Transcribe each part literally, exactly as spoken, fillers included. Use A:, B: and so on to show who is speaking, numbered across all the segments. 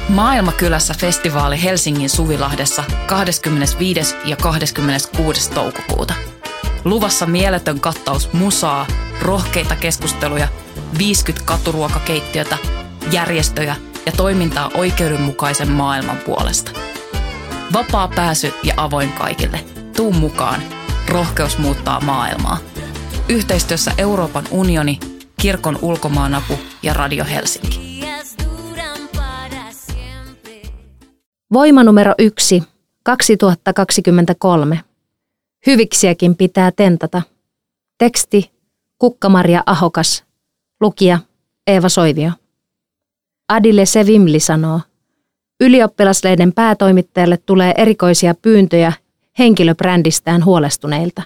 A: Maailmakylässä festivaali Helsingin Suvilahdessa kahdeskymmenesviides ja kahdeskymmeneskuudes toukokuuta. Luvassa mieletön kattaus musaa, rohkeita keskusteluja, viisikymmentä katuruokakeittiötä, järjestöjä ja toimintaa oikeudenmukaisen maailman puolesta. Vapaa pääsy ja avoin kaikille. Tuu mukaan. Rohkeus muuttaa maailmaa. Yhteistyössä Euroopan unioni, Kirkon ulkomaanapu ja Radio Helsinki.
B: Voima numero yksi, kaksituhattakaksikymmentäkolme. Hyviksiäkin pitää tentata. Teksti Kukka-Maria Ahokas. Lukija Eeva Soivio. Adile Sevimli sanoo, ylioppilaslehden päätoimittajalle tulee erikoisia pyyntöjä henkilöbrändistään huolestuneilta.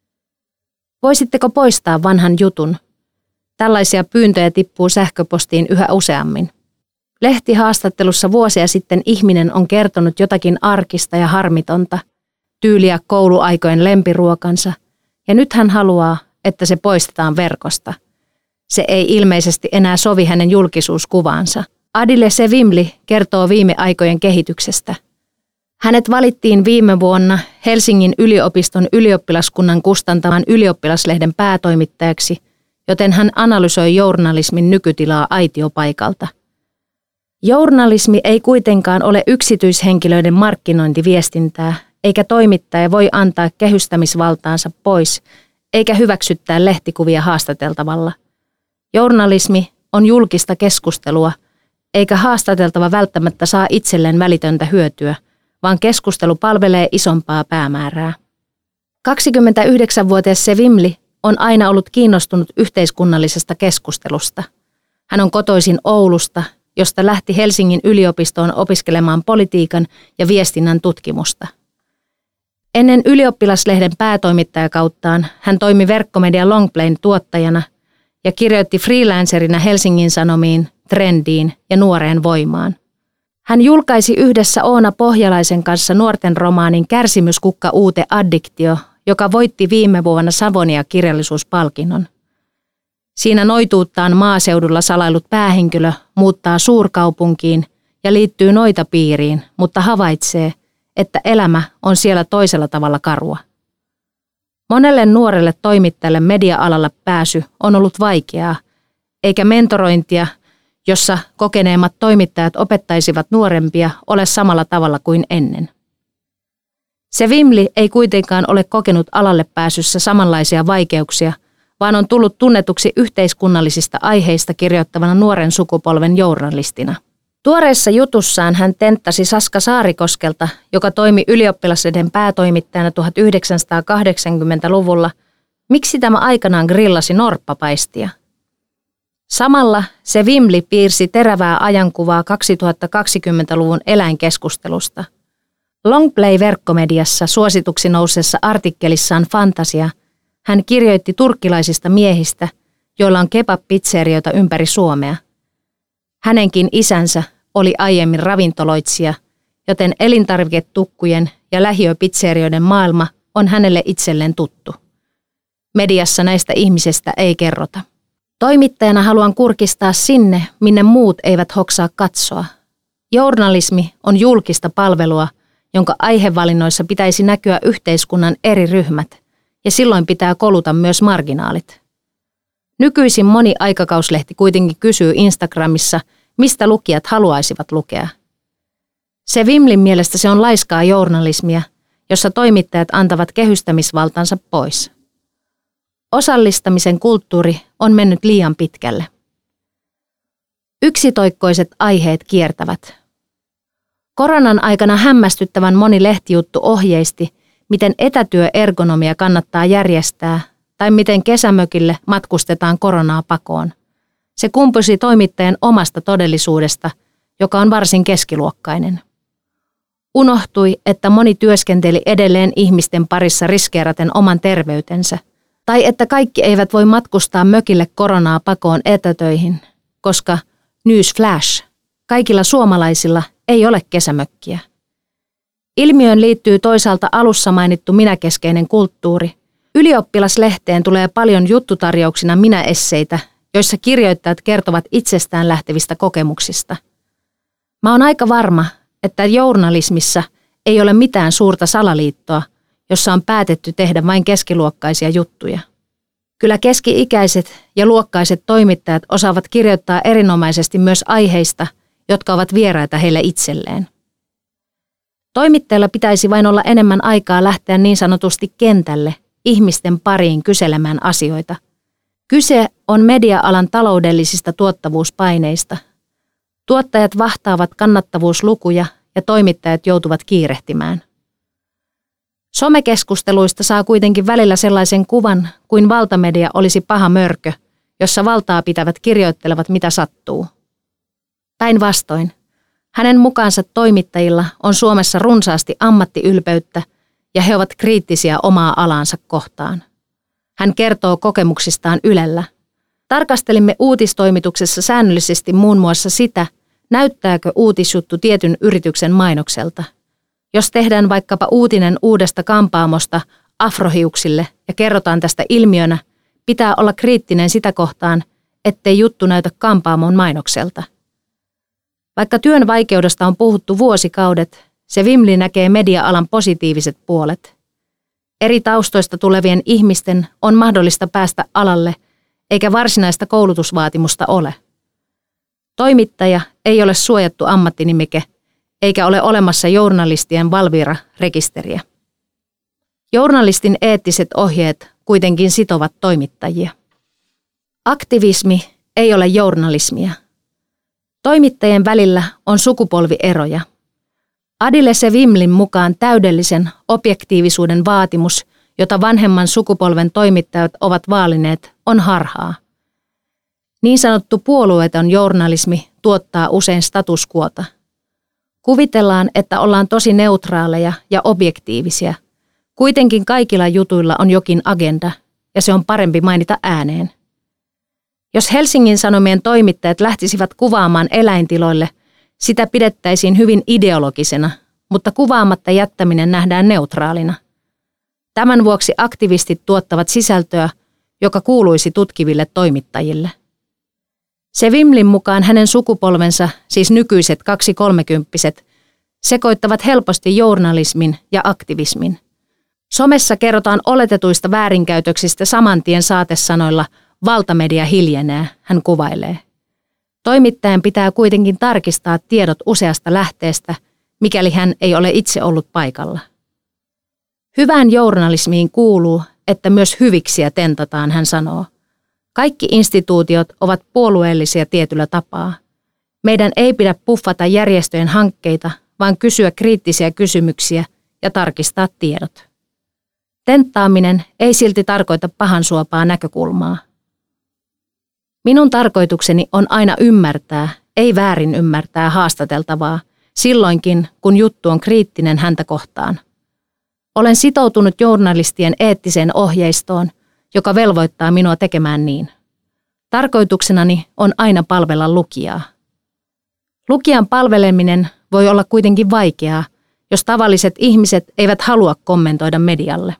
B: Voisitteko poistaa vanhan jutun? Tällaisia pyyntöjä tippuu sähköpostiin yhä useammin. Lehtihaastattelussa vuosia sitten ihminen on kertonut jotakin arkista ja harmitonta, tyyliä kouluaikojen lempiruokansa, ja nyt hän haluaa, että se poistetaan verkosta. Se ei ilmeisesti enää sovi hänen julkisuuskuvaansa. Adile Sevimli kertoo viime aikojen kehityksestä. Hänet valittiin viime vuonna Helsingin yliopiston ylioppilaskunnan kustantaman ylioppilaslehden päätoimittajaksi, joten hän analysoi journalismin nykytilaa aitiopaikalta. Journalismi ei kuitenkaan ole yksityishenkilöiden markkinointiviestintää, eikä toimittaja voi antaa kehystämisvaltaansa pois, eikä hyväksyttää lehtikuvia haastateltavalla. Journalismi on julkista keskustelua, eikä haastateltava välttämättä saa itselleen välitöntä hyötyä, vaan keskustelu palvelee isompaa päämäärää. kaksikymmentäyhdeksänvuotias Sevimli on aina ollut kiinnostunut yhteiskunnallisesta keskustelusta. Hän on kotoisin Oulusta, josta lähti Helsingin yliopistoon opiskelemaan politiikan ja viestinnän tutkimusta. Ennen ylioppilaslehden päätoimittajakauttaan hän toimi verkkomedia Longplayn tuottajana ja kirjoitti freelancerina Helsingin Sanomiin, Trendiin ja Nuoreen Voimaan. Hän julkaisi yhdessä Oona Pohjalaisen kanssa nuorten romaanin Kärsimyskukka Uute addiktio, joka voitti viime vuonna Savonia-kirjallisuuspalkinnon. Siinä noituuttaan maaseudulla salailut päähenkilö muuttaa suurkaupunkiin ja liittyy noitapiiriin, mutta havaitsee, että elämä on siellä toisella tavalla karua. Monelle nuorelle toimittajalle media-alalle pääsy on ollut vaikeaa, eikä mentorointia, jossa kokeneemmat toimittajat opettaisivat nuorempia, ole samalla tavalla kuin ennen. Sevimli ei kuitenkaan ole kokenut alalle pääsyssä samanlaisia vaikeuksia, vaan on tullut tunnetuksi yhteiskunnallisista aiheista kirjoittavana nuoren sukupolven journalistina. Tuoreessa jutussaan hän tenttasi Saska Saarikoskelta, joka toimi ylioppilaslehden päätoimittajana tuhatyhdeksänsataakahdeksankymmentäluvulla, miksi tämä aikanaan grillasi norppapaistia. Samalla Sevimli piirsi terävää ajankuvaa kaksituhattakaksikymmentäluvun eläinkeskustelusta. Longplay-verkkomediassa suosituksi nousseessa artikkelissaan Fantasia hän kirjoitti turkkilaisista miehistä, joilla on kebab-pizzerioita ympäri Suomea. Hänenkin isänsä oli aiemmin ravintoloitsija, joten elintarviketukkujen ja lähiöpizzerioiden maailma on hänelle itselleen tuttu. Mediassa näistä ihmisistä ei kerrota. Toimittajana haluan kurkistaa sinne, minne muut eivät hoksaa katsoa. Journalismi on julkista palvelua, jonka aihevalinnoissa pitäisi näkyä yhteiskunnan eri ryhmät, ja silloin pitää koluta myös marginaalit. Nykyisin moni aikakauslehti kuitenkin kysyy Instagramissa, mistä lukijat haluaisivat lukea. Sevimlin mielestä se on laiskaa journalismia, jossa toimittajat antavat kehystämisvaltansa pois. Osallistamisen kulttuuri on mennyt liian pitkälle. Yksitoikkoiset aiheet kiertävät. Koronan aikana hämmästyttävän moni lehtijuttu ohjeisti, miten etätyöergonomia kannattaa järjestää tai miten kesämökille matkustetaan koronaa pakoon. Se kumpusi toimittajan omasta todellisuudesta, joka on varsin keskiluokkainen. Unohtui, että moni työskenteli edelleen ihmisten parissa riskeeraten oman terveytensä, tai että kaikki eivät voi matkustaa mökille koronaa pakoon etätöihin, koska newsflash, kaikilla suomalaisilla ei ole kesämökkiä. Ilmiöön liittyy toisaalta alussa mainittu minäkeskeinen kulttuuri. Ylioppilaslehteen tulee paljon juttutarjouksina minäesseitä, joissa kirjoittajat kertovat itsestään lähtevistä kokemuksista. Mä oon aika varma, että journalismissa ei ole mitään suurta salaliittoa, jossa on päätetty tehdä vain keskiluokkaisia juttuja. Kyllä keski-ikäiset ja luokkaiset toimittajat osaavat kirjoittaa erinomaisesti myös aiheista, jotka ovat vieraita heille itselleen. Toimittajilla pitäisi vain olla enemmän aikaa lähteä niin sanotusti kentälle, ihmisten pariin kyselemään asioita. Kyse on media-alan taloudellisista tuottavuuspaineista. Tuottajat vahtaavat kannattavuuslukuja ja toimittajat joutuvat kiirehtimään. Somekeskusteluista saa kuitenkin välillä sellaisen kuvan, kuin valtamedia olisi paha mörkö, jossa valtaa pitävät kirjoittelevat mitä sattuu. Päinvastoin, hänen mukaansa toimittajilla on Suomessa runsaasti ammattiylpeyttä ja he ovat kriittisiä omaa alaansa kohtaan. Hän kertoo kokemuksistaan Ylellä. Tarkastelimme uutistoimituksessa säännöllisesti muun muassa sitä, näyttääkö uutisjuttu tietyn yrityksen mainokselta. Jos tehdään vaikkapa uutinen uudesta kampaamosta afrohiuksille ja kerrotaan tästä ilmiönä, pitää olla kriittinen sitä kohtaan, ettei juttu näytä kampaamon mainokselta. Vaikka työn vaikeudesta on puhuttu vuosikaudet, se Vimli näkee media-alan positiiviset puolet. Eri taustoista tulevien ihmisten on mahdollista päästä alalle, eikä varsinaista koulutusvaatimusta ole. Toimittaja ei ole suojattu ammattinimike, eikä ole olemassa journalistien Valvira-rekisteriä. Journalistin eettiset ohjeet kuitenkin sitovat toimittajia. Aktivismi ei ole journalismia. Toimittajien välillä on sukupolvieroja. Adile Sevimlin mukaan täydellisen objektiivisuuden vaatimus, jota vanhemman sukupolven toimittajat ovat vaalineet, on harhaa. Niin sanottu puolueeton journalismi tuottaa usein status quota. Kuvitellaan, että ollaan tosi neutraaleja ja objektiivisia. Kuitenkin kaikilla jutuilla on jokin agenda, ja se on parempi mainita ääneen. Jos Helsingin Sanomien toimittajat lähtisivät kuvaamaan eläintiloille, sitä pidettäisiin hyvin ideologisena, mutta kuvaamatta jättäminen nähdään neutraalina. Tämän vuoksi aktivistit tuottavat sisältöä, joka kuuluisi tutkiville toimittajille. Sevimlin mukaan hänen sukupolvensa, siis nykyiset kaksi kolmekymppiset, sekoittavat helposti journalismin ja aktivismin. Somessa kerrotaan oletetuista väärinkäytöksistä saman tien saatesanoilla valtamedia hiljenee, hän kuvailee. Toimittajan pitää kuitenkin tarkistaa tiedot useasta lähteestä, mikäli hän ei ole itse ollut paikalla. Hyvään journalismiin kuuluu, että myös hyviksiä tentataan, hän sanoo. Kaikki instituutiot ovat puolueellisia tietyllä tapaa. Meidän ei pidä puffata järjestöjen hankkeita, vaan kysyä kriittisiä kysymyksiä ja tarkistaa tiedot. Tenttaaminen ei silti tarkoita pahansuopaa näkökulmaa. Minun tarkoitukseni on aina ymmärtää, ei väärin ymmärtää haastateltavaa, silloinkin kun juttu on kriittinen häntä kohtaan. Olen sitoutunut journalistien eettiseen ohjeistoon, joka velvoittaa minua tekemään niin. Tarkoituksenani on aina palvella lukijaa. Lukijan palveleminen voi olla kuitenkin vaikeaa, jos tavalliset ihmiset eivät halua kommentoida medialle.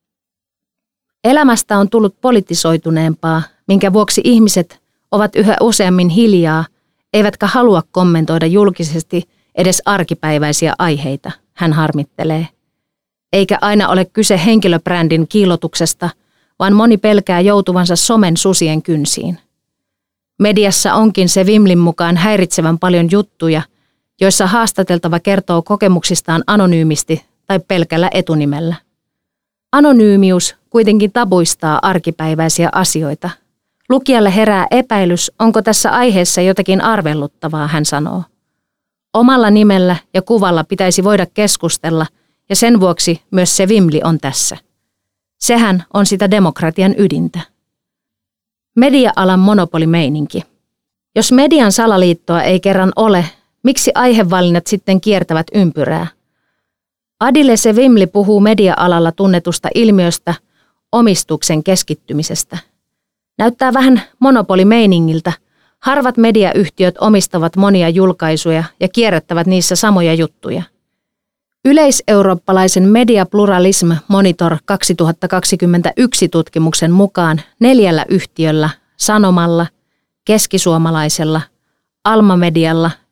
B: Elämästä on tullut politisoituneempaa, minkä vuoksi ihmiset ovat yhä useammin hiljaa, eivätkä halua kommentoida julkisesti edes arkipäiväisiä aiheita, hän harmittelee. Eikä aina ole kyse henkilöbrändin kiillotuksesta, vaan moni pelkää joutuvansa somen susien kynsiin. Mediassa onkin se Vimlin mukaan häiritsevän paljon juttuja, joissa haastateltava kertoo kokemuksistaan anonyymisti tai pelkällä etunimellä. Anonyymius kuitenkin tabuistaa arkipäiväisiä asioita. Lukijalle herää epäilys, onko tässä aiheessa jotakin arvelluttavaa, hän sanoo. Omalla nimellä ja kuvalla pitäisi voida keskustella, ja sen vuoksi myös se Vimli on tässä. Sehän on sitä demokratian ydintä. Media-alan monopolimeininki. Jos median salaliittoa ei kerran ole, miksi aihevalinnat sitten kiertävät ympyrää? Adile Sevimli puhuu media-alalla tunnetusta ilmiöstä, omistuksen keskittymisestä. Näyttää vähän monopolimeiningiltä. Harvat mediayhtiöt omistavat monia julkaisuja ja kierrättävät niissä samoja juttuja. Yleiseurooppalaisen Media Pluralism Monitor kaksituhattakaksikymmentäyksi tutkimuksen mukaan neljällä yhtiöllä, Sanomalla, Keskisuomalaisella, Alma Medialla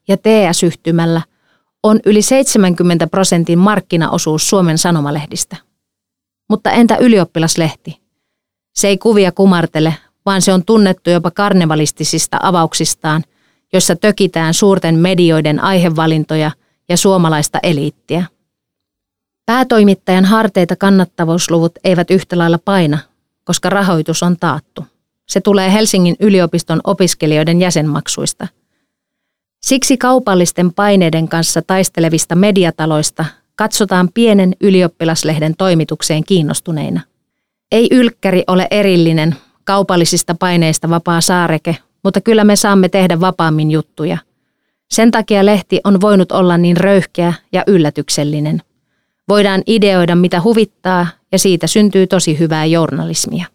B: ja T S-yhtymällä on yli seitsemänkymmentä prosentin markkinaosuus Suomen sanomalehdistä. Mutta entä ylioppilaslehti? Se ei kuvia kumartele, vaan se on tunnettu jopa karnevalistisista avauksistaan, jossa tökitään suurten medioiden aihevalintoja ja suomalaista eliittiä. Päätoimittajan harteita kannattavuusluvut eivät yhtä lailla paina, koska rahoitus on taattu. Se tulee Helsingin yliopiston opiskelijoiden jäsenmaksuista. Siksi kaupallisten paineiden kanssa taistelevista mediataloista katsotaan pienen ylioppilaslehden toimitukseen kiinnostuneina. Ei ylkkäri ole erillinen, kaupallisista paineista vapaa saareke, mutta kyllä me saamme tehdä vapaammin juttuja. Sen takia lehti on voinut olla niin röyhkeä ja yllätyksellinen. Voidaan ideoida mitä huvittaa ja siitä syntyy tosi hyvää journalismia.